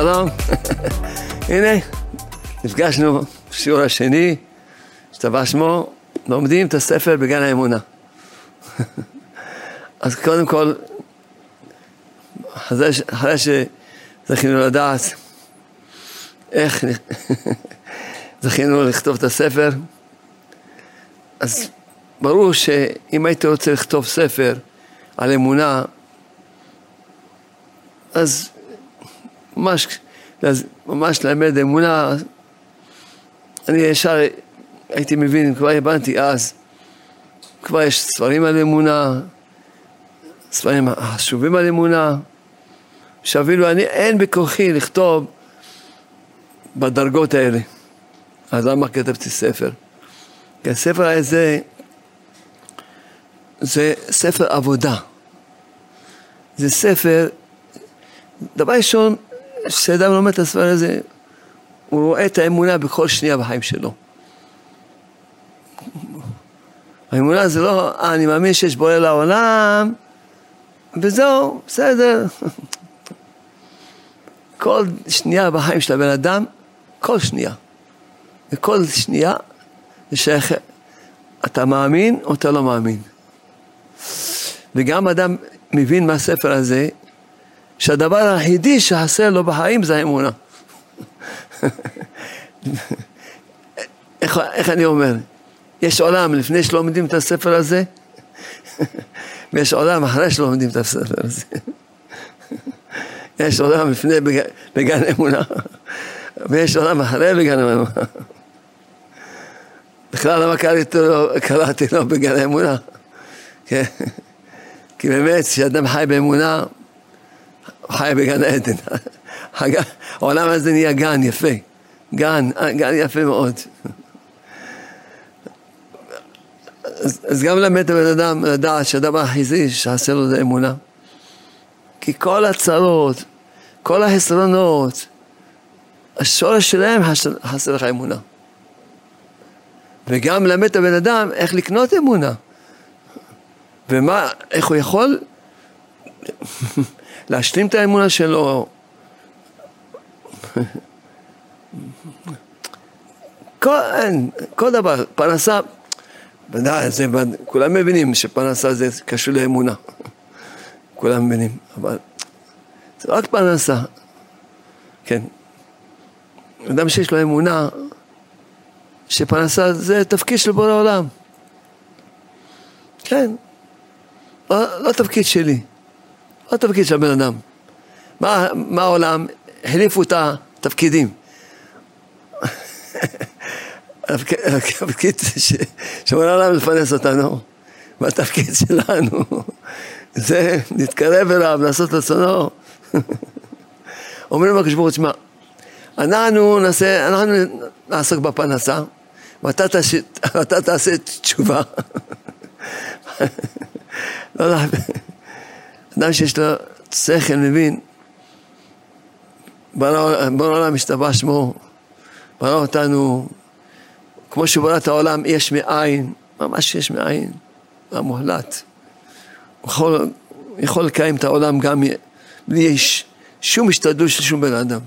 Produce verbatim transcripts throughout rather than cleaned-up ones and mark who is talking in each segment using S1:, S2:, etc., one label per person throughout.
S1: שלום. הנה, נפגשנו בשיעור השני, שטבע שמו, לומדים את הספר בגן האמונה. אז קודם כל, אחרי שזכינו לדעת איך זכינו לכתוב את הספר, אז ברור שאם הייתי רוצה לכתוב ספר על אמונה, אז ממש, ממש למד אמונה, אני ישר הייתי מבין, כבר הבנתי אז, כבר יש ספרים על אמונה, ספרים חשובים על אמונה, שאפילו אני, אין בכוחי לכתוב בדרגות האלה. אז למה כתבתי ספר? כי הספר הזה, זה ספר עבודה. זה ספר, דבר ראשון, כשאדם לומד את הספר הזה, הוא רואה את האמונה בכל שנייה בחיים שלו. האמונה זה לא, אה, אני מאמין שיש בורא לעולם, וזהו, בסדר. כל שנייה בחיים של הבן אדם, כל שנייה. וכל שנייה, זה שייך, אתה מאמין או אתה לא מאמין. וגם אדם מבין מהספר הזה, שהדבר היחידי שחסר לו בחיים זה האמונה. איך, איך אני אומר? יש עולם לפני שלומדים את הספר הזה, ויש עולם אחרי שלומדים את הספר הזה. יש עולם לפני בג... בגן אמונה, ויש עולם אחרי בגן אמונה. בכלל למה קראתי לו, קראתי לו בגן אמונה? כן? כי באמת כשאדם חי באמונה, הוא חי בגן עדן. העולם הזה נהיה גן יפה. גן, גן יפה מאוד. אז, אז גם למד הבן אדם לדעת שהדבר החיזי שעשה לו זה אמונה. כי כל הצרות, כל החסרונות, השורש שלהם חסר לך אמונה. וגם למד את הבן אדם איך לקנות אמונה. ומה, איך הוא יכול להשלים את האמונה שלו. כל, כל דבר, פרנסה, ודאי, זה, כולם מבינים שפרנסה זה קשור לאמונה. כולם מבינים, אבל זה רק פרנסה. כן. אדם שיש לו אמונה, שפרנסה זה תפקיד של בורא העולם. כן. לא, לא תפקיד שלי. לא תפקיד של בן אדם. מה, מה העולם? החליפו את התפקידים. התפקיד שבורא העולם לפרנס אותנו. והתפקיד שלנו. זה להתקרב אליו, לעשות רצונו. אומרים לו כשבור, תשמע, אנחנו נעשה, אנחנו נעסוק בפרנסה, ואתה תעשה, ואתה תעשה תשובה. לא, לא, אדם שיש לו שכל מבין, ברא העולם משתבח שמו, ברא אותנו, כמו שברא את העולם יש מאין, ממש יש מאין, המוחלט. הוא יכול, יכול לקיים את העולם גם בלי שום השתדלות של שום בן אדם.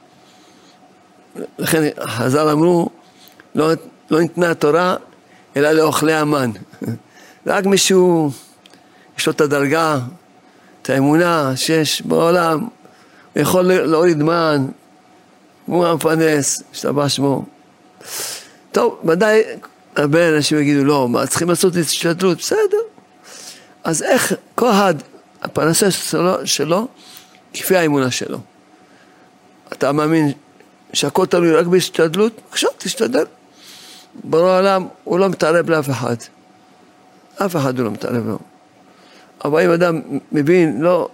S1: לכן חז"ל אמרו, לא, לא ניתנה התורה אלא לאוכלי המן. רק מישהו, יש לו את הדרגה, את האמונה שיש בעולם, הוא יכול להוריד מן, הוא המפרנס, השתבח שמו. טוב, ודאי הרבה אנשים יגידו, לא, מה, צריכים לעשות השתדלות, בסדר. אז איך כל אחד, הפרנסה שלו, שלו, כפי האמונה שלו. אתה מאמין שהכל תלוי רק בהשתדלות? עכשיו תשתדל. ברור העולם, הוא לא מתערב לאף אחד. אף אחד הוא לא מתערב לו. אבל אם אדם מבין, לא,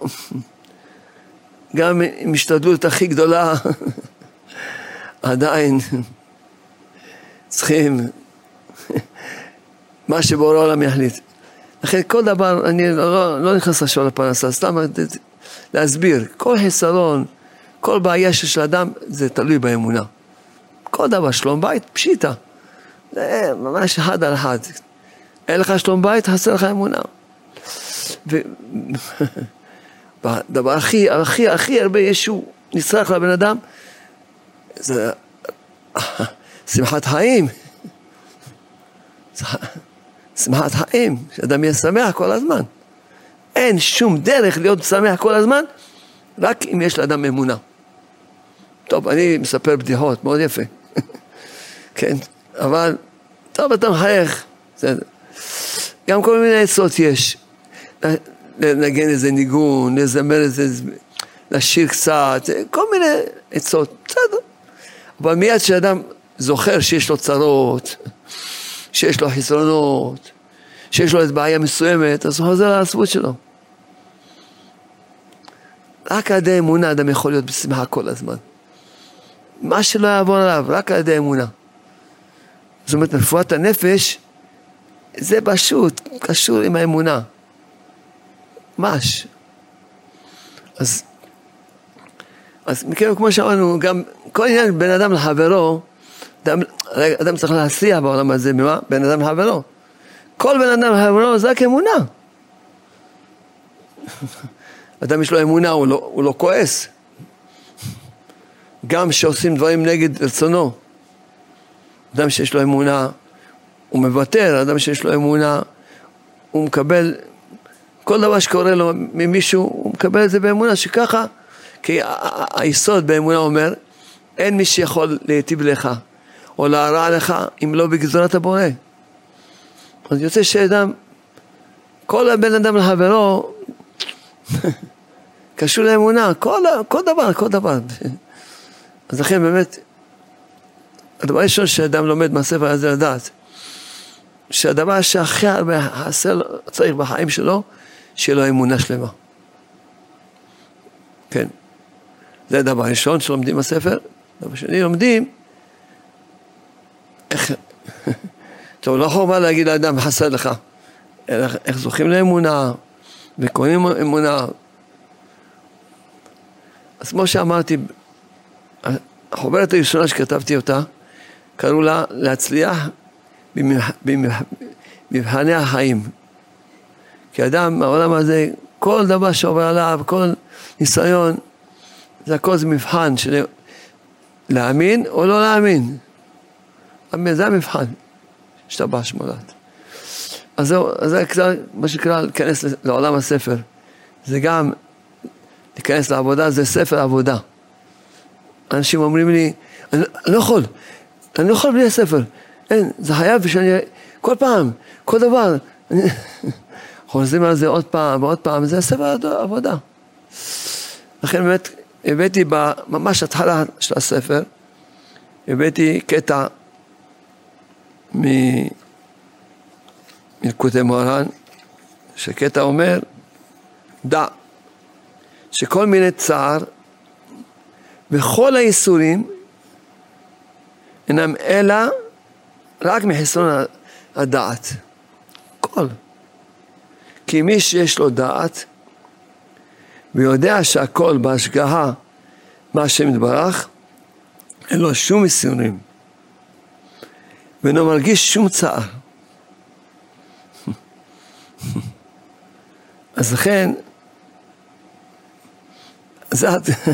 S1: גם עם השתדלות הכי גדולה, עדיין צריכים מה שבורא העולם יחליט. לכן כל דבר, אני לא, לא נכנס לשאול לפרנסה, סתם להסביר, כל חסרון, כל בעיה של אדם, זה תלוי באמונה. כל דבר, שלום בית, פשיטה. זה ממש אחד על אחד. אין לך שלום בית, חסר לך אמונה. והדבר הכי, הכי, הכי הרבה ישו, נצרך לבן אדם, זה שמחת חיים. שמחת חיים, שאדם יהיה שמח כל הזמן. אין שום דרך להיות שמח כל הזמן, רק אם יש לאדם אמונה. טוב, אני מספר בדיחות, מאוד יפה. כן, אבל טוב, אתה מחייך. גם כל מיני עצות יש. לנגן איזה ניגון, לזמר איזה, לשיר קצת, כל מיני עצות, בסדר. אבל מיד שאדם זוכר שיש לו צרות, שיש לו חסרונות, שיש לו איזו בעיה מסוימת, אז הוא חוזר לעצבות שלו. רק על ידי אמונה אדם יכול להיות בשמחה כל הזמן. מה שלא יעבור עליו, רק על ידי אמונה. זאת אומרת, רפואת הנפש, זה פשוט קשור עם האמונה. ממש. אז, אז מכיוון כמו שאמרנו, גם כל עניין בין אדם לחברו, אדם, אדם צריך להצליח בעולם הזה, ממה? בין אדם לחברו. כל בן אדם לחברו זה רק אמונה. אדם יש לו אמונה, הוא לא, הוא לא כועס. גם שעושים דברים נגד רצונו. אדם שיש לו אמונה, הוא מוותר. אדם שיש לו אמונה, הוא מקבל כל דבר שקורה לו ממישהו, הוא מקבל את זה באמונה, שככה, כי היסוד באמונה אומר, אין מי שיכול להיטיב לך, או להרע לך, אם לא בגזרת הבורא. אז יוצא שאדם, כל הבן אדם לחברו, קשור לאמונה, כל, כל דבר, כל דבר. אז לכן באמת, הדבר הראשון שאדם לומד מהספר הזה לדעת, שהדבר שהכי הרבה צריך בחיים שלו, שיהיה לו אמונה שלמה. כן. זה הדבר הראשון שלומדים בספר. דבר שני לומדים, איך, טוב, לא חובה להגיד לאדם חסר לך, איך, איך זוכים לאמונה, וקונים אמונה. אז כמו שאמרתי, החוברת הראשונה שכתבתי אותה, קראו לה להצליח במבחני החיים. כי אדם, בעולם הזה, כל דבר שעובר עליו, כל ניסיון, זה הכל זה מבחן של להאמין או לא להאמין. זה המבחן שאתה בא שמולת. אז זהו, זה מה שקרה להיכנס לעולם הספר. זה גם להיכנס לעבודה, זה ספר עבודה. אנשים אומרים לי, אני לא יכול, אני לא יכול בלי הספר. אין, זה חייב שאני, כל פעם, כל דבר, אני... חוזרים על זה עוד פעם ועוד פעם, זה ספר עבודה. לכן באמת הבאתי ממש התחלה של הספר, הבאתי קטע מלקוטי מוהר"ן, שקטע אומר, דע, שכל מיני צער וכל האיסורים אינם אלא רק מחסרון הדעת. כל. כי מי שיש לו דעת ויודע שהכל בהשגחה מה השם יתברך, אין לו שום איסורים ואינו מרגיש שום צער. אז לכן זה,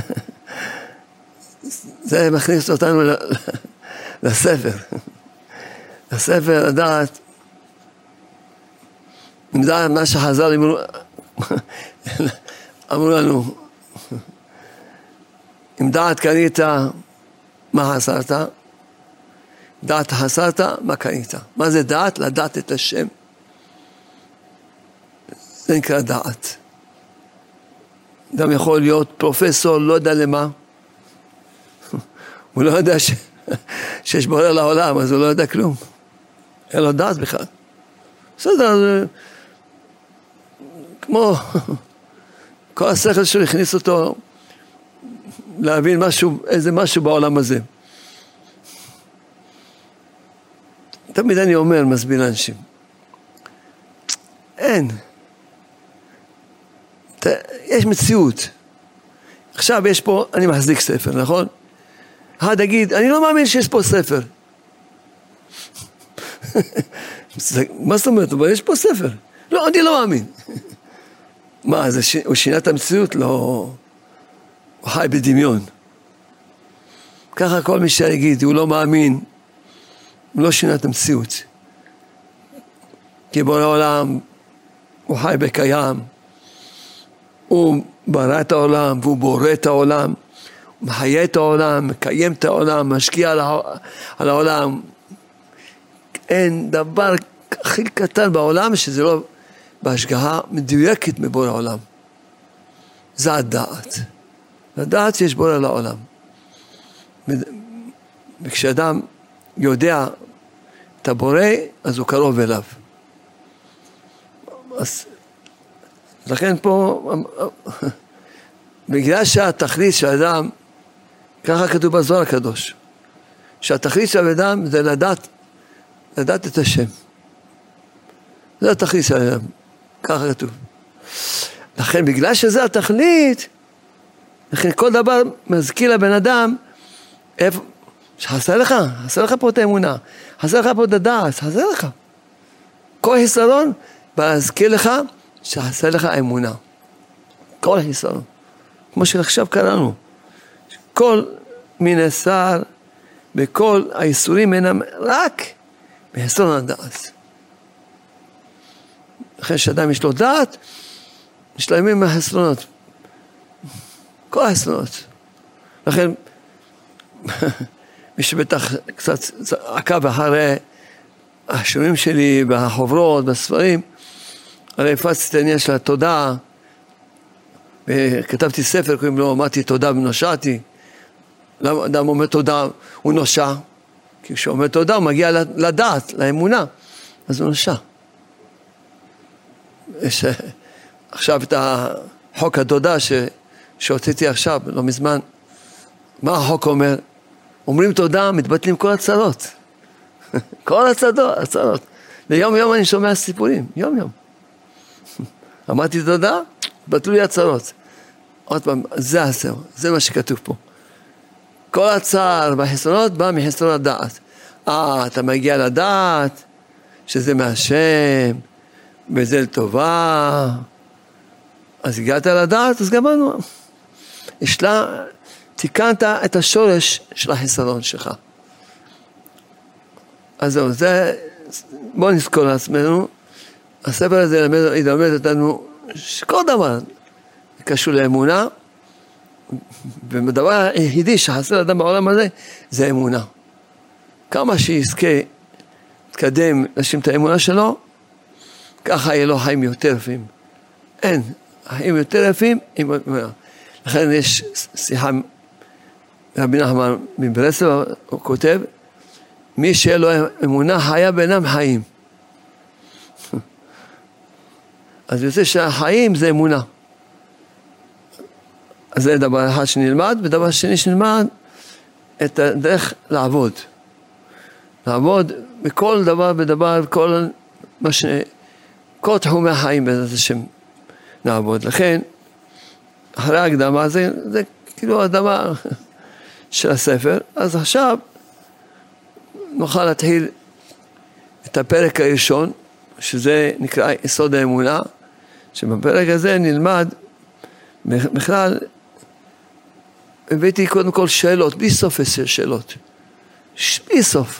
S1: זה מכניס אותנו לספר. לספר לדעת, אם זה מה שחז"ל אמרו, אמרו לנו, אם דעת קנית, מה חסרת? דעת חסרת, מה קנית? מה זה דעת? לדעת את השם. זה נקרא דעת. גם יכול להיות פרופסור, לא יודע למה. הוא לא יודע ש... שיש בורא לעולם, אז הוא לא יודע כלום. אין לו דעת בכלל. בסדר, כמו כל השכל שלו הכניס אותו להבין משהו, איזה משהו בעולם הזה. תמיד אני אומר, מסביר לאנשים, אין. יש מציאות. עכשיו יש פה, אני מחזיק ספר, נכון? אחד יגיד, אני לא מאמין שיש פה ספר. מה זאת אומרת? אבל יש פה ספר. לא, אני לא מאמין. מה, זה ש... הוא שינה את המציאות? לא. הוא חי בדמיון. ככה כל מי שיגיד, הוא לא מאמין, הוא לא שינה את המציאות. כי בורא העולם, הוא חי בקיים, הוא ברא את העולם, והוא בורא את העולם, הוא מחיה את העולם, מקיים את העולם, משקיע על העולם. אין דבר הכי קטן בעולם שזה לא בהשגחה מדויקת מבורא העולם. זה הדעת. הדעת שיש בורא לעולם. וכשאדם יודע את הבורא, אז הוא קרוב אליו. אז לכן פה, בגלל שהתכלית של האדם, ככה כתוב בזוהר הקדוש, שהתכלית של האדם זה לדעת, לדעת את השם. זה התכלית של האדם, ככה כתוב. לכן בגלל שזה התכלית, לכן כל דבר מזכיר לבן אדם, איפה, שחסר לך, חסר לך פה את האמונה, חסר לך פה את הדעת, חסר לך. כל חיסרון, להזכיר לך שחסר לך האמונה. כל חיסרון. כמו שעכשיו קראנו. כל מיני שר, בכל האיסורים אינם רק בחסרון הדעת. לכן שאדם יש לו דעת, יש לו ימים מהחסרונות. כל החסרונות. לכן, מי שבטח קצת עקב אחרי השיעורים שלי, בחוברות, בספרים, הרי הפצתי את העניין של התודה, וכתבתי ספר, קוראים לו, אמרתי תודה ונושעתי. למה אדם אומר תודה, הוא נושע? כי כשהוא אומר תודה, הוא מגיע לדעת, לאמונה, אז הוא נושע. יש עכשיו את החוק התודה שהוצאתי עכשיו, לא מזמן. מה החוק אומר? אומרים תודה, מתבטלים כל הצרות. כל הצרות, הצרות. ליום יום אני שומע סיפורים, יום יום. אמרתי תודה, בטלו לי הצרות. עוד פעם, זה הסר, זה מה שכתוב פה. כל הצער והחסרונות בא מחסרון הדעת. אה, אתה מגיע לדעת, שזה מהשם, וזה לטובה. אז הגעת לדעת, אז גמרנו. ישלה, תיקנת את השורש של החסרון שלך. אז זהו, זה, בואו נזכור לעצמנו, הספר הזה ילמד אותנו שכל דבר קשור לאמונה, והדבר היחידי שחסר לאדם בעולם הזה, זה אמונה. כמה שיזכה להתקדם, להשלים את האמונה שלו, ככה יהיה לו חיים יותר יפים. אין, חיים יותר יפים, לכן יש שיחה, רבי נחמן מברסלב, הוא כותב, מי שאין לו אמונה חיה ואינם חיים. אז יוצא שהחיים זה אמונה. אז זה דבר אחד שנלמד, ודבר שני שנלמד את הדרך לעבוד. לעבוד בכל דבר ודבר, כל, ש... כל תחומי החיים בעזרת השם נעבוד. לכן, אחרי ההקדמה, זה, זה כאילו הדבר של הספר. אז עכשיו נוכל להתחיל את הפרק הראשון, שזה נקרא יסוד האמונה, שבפרק הזה נלמד בכלל, הבאתי קודם כל שאלות, בלי סוף שאלות, בלי סוף.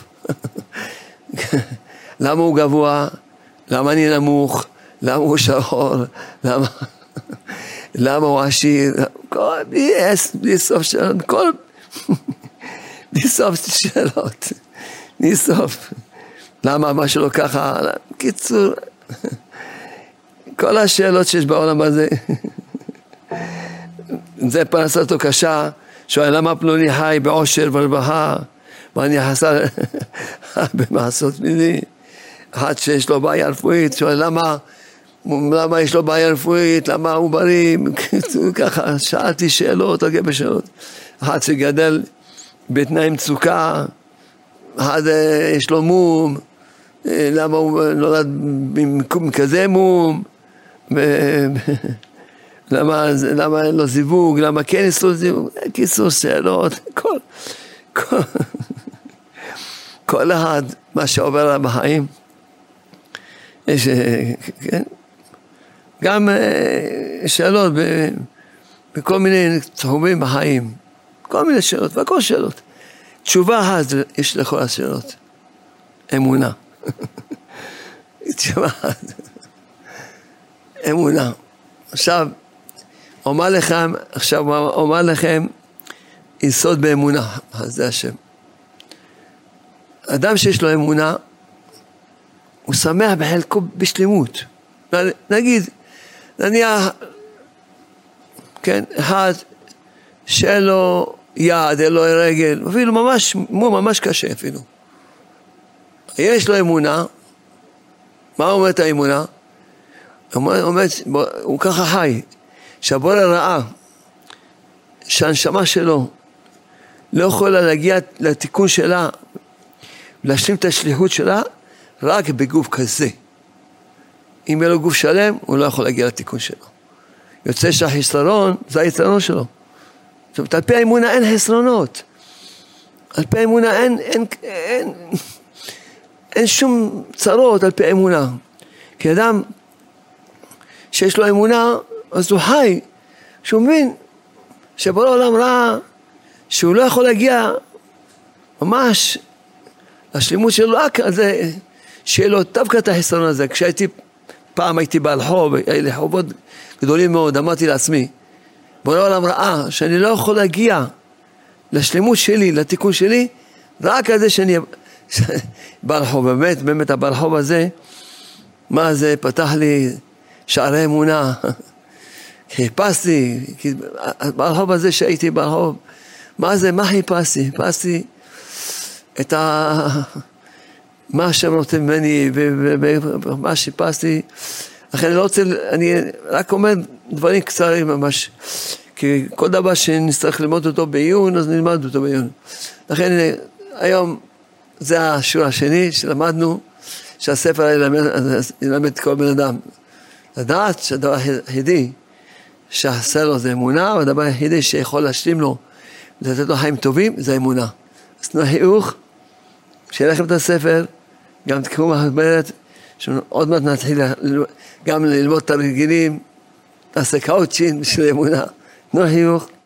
S1: למה הוא גבוה? למה אני נמוך? למה הוא שחור? למה, למה הוא עשיר? כל, בלי, בלי סוף שאלות, כל, בלי סוף שאלות, בלי סוף. למה מה שלא ככה? קיצור, כל השאלות שיש בעולם הזה, זה פרנסתו קשה, שואל למה פלוני חי בעושר ורווחה, ואני חסר במעשות מיני, אחד שיש לו בעיה רפואית, שואל למה, למה יש לו בעיה רפואית, למה הוא בריא, ככה, שאלתי שאלות, אגב בשאלות, אחד שגדל בתנאי מצוקה, אחד יש לו מום, למה הוא נולד במקום כזה מום, למה, למה אין לו זיווג, למה כן יש לו זיווג, קיצור שאלות, כל, כל, כל אחד, מה שעובר עליו בחיים, יש, כן, גם שאלות בכל מיני תחומים בחיים, כל מיני שאלות, והכל שאלות. תשובה אחת יש לכל השאלות, אמונה. תשובה אחת, אמונה. עכשיו, אומר לכם, עכשיו אומר לכם, יסוד באמונה, אז זה השם. אדם שיש לו אמונה, הוא שמח בחלקו בשלמות. נגיד, נניח, כן, אחד שאין לו יד, אין לו רגל, אפילו ממש, ממש קשה אפילו. יש לו אמונה, מה אומרת האמונה? אומרת, הוא ככה חי, שהבורא ראה, שהנשמה שלו לא יכולה להגיע לתיקון שלה, להשלים את השליחות שלה, רק בגוף כזה. אם יהיה לו גוף שלם, הוא לא יכול להגיע לתיקון שלו. יוצא שהחיסרון, זה היתרון שלו. זאת אומרת, על פי האמונה אין חסרונות. על פי האמונה אין, אין, אין, אין שום צרות על פי האמונה. כי אדם שיש לו אמונה, אז הוא חי, שהוא מבין שבורא העולם ראה שהוא לא יכול להגיע ממש לשלימות שלו, רק על זה שיהיה לו דווקא את החסרון הזה. כשהייתי, פעם הייתי בעל חוב, היה לי חובות גדולים מאוד, אמרתי לעצמי, בורא העולם ראה שאני לא יכול להגיע לשלימות שלי, לתיקון שלי, רק על זה שאני בעל חוב. באמת, באמת הבעל חוב הזה, מה זה, פתח לי שערי אמונה, חיפשתי, בעל חוב הזה שהייתי בעל חוב, מה זה, מה חיפשתי? חיפשתי את ה... מה השם נותן ממני, ומה שחיפשתי, לכן אני לא רוצה, אני רק אומר דברים קצרים ממש, כי כל דבר שנצטרך ללמוד אותו בעיון, אז נלמד אותו בעיון. לכן היום זה השיעור השני שלמדנו, שהספר ילמד, ילמד את כל בן אדם. לדעת שהדבר היחידי שעשה לו זה אמונה, והדבר היחידי שיכול להשלים לו, לתת לו חיים טובים, זה אמונה. אז תנו חיוך, שיהיה לכם את הספר, גם תקראו מחברת, שעוד מעט נתחיל גם ללמוד את הרגילים, נעשה קאוצ'ין בשביל אמונה. תנו חיוך.